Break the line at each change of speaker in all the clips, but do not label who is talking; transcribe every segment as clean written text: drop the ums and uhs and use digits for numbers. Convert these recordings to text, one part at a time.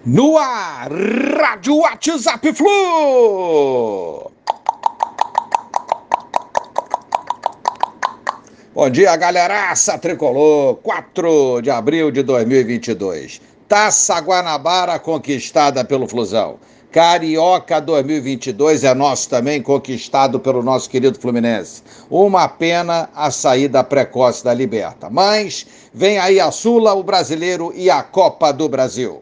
No ar, Rádio WhatsApp Flu! Bom dia, galeraça tricolor, 4 de abril de 2022. Taça Guanabara conquistada pelo Flusão. Carioca 2022 é nosso também, conquistado pelo nosso querido Fluminense. Uma pena a saída precoce da Liberta. Mas vem aí a Sula, o Brasileiro e a Copa do Brasil.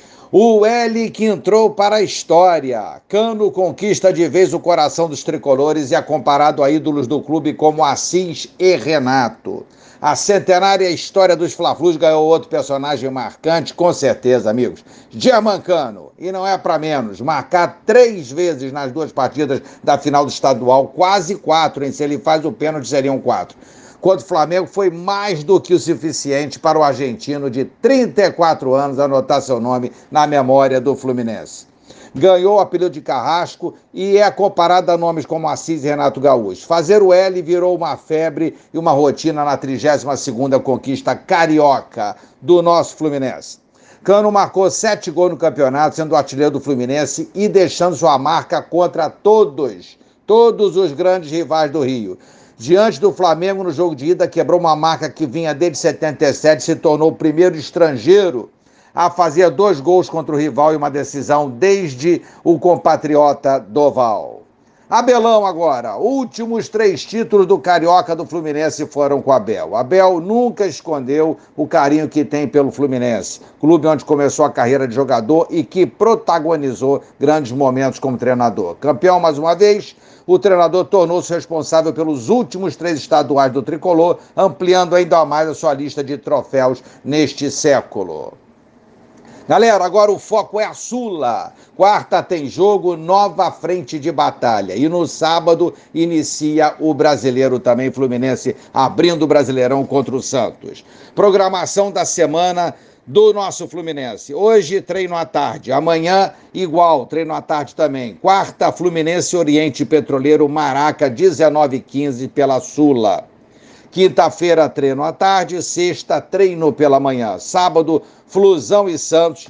O L que entrou para a história. Cano conquista de vez o coração dos tricolores e é comparado a ídolos do clube como Assis e Renato. A centenária história dos Fla-Flus ganhou outro personagem marcante, com certeza, amigos. Germancano, e não é para menos, marcar 3 vezes nas 2 partidas da final do estadual, quase 4, hein? Se ele faz o pênalti, seriam 4. Contra o Flamengo foi mais do que o suficiente para o argentino de 34 anos anotar seu nome na memória do Fluminense. Ganhou o apelido de Carrasco e é comparado a nomes como Assis e Renato Gaúcho. Fazer o L virou uma febre e uma rotina na 32ª conquista carioca do nosso Fluminense. Cano marcou 7 gols no campeonato, sendo o artilheiro do Fluminense e deixando sua marca contra todos os grandes rivais do Rio. Diante do Flamengo, no jogo de ida, quebrou uma marca que vinha desde 77, se tornou o primeiro estrangeiro a fazer 2 gols contra o rival e uma decisão desde o compatriota Doval. Abelão agora, últimos 3 títulos do Carioca do Fluminense foram com Abel. Abel nunca escondeu o carinho que tem pelo Fluminense, clube onde começou a carreira de jogador e que protagonizou grandes momentos como treinador. Campeão mais uma vez, o treinador tornou-se responsável pelos últimos 3 estaduais do tricolor, ampliando ainda mais a sua lista de troféus neste século. Galera, agora o foco é a Sula. Quarta tem jogo, nova frente de batalha. E no sábado inicia o Brasileiro também, Fluminense abrindo o Brasileirão contra o Santos. Programação da semana do nosso Fluminense. Hoje, treino à tarde. Amanhã, igual, treino à tarde também. Quarta, Fluminense Oriente Petroleiro Maraca, 19h15 pela Sula. Quinta-feira, treino à tarde. Sexta, treino pela manhã. Sábado, Flusão e Santos,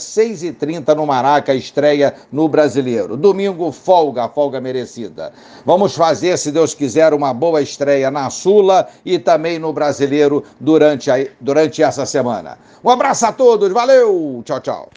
16h30 no Maraca, estreia no Brasileiro. Domingo, folga merecida. Vamos fazer, se Deus quiser, uma boa estreia na Sula e também no Brasileiro durante essa semana. Um abraço a todos, valeu, tchau, tchau.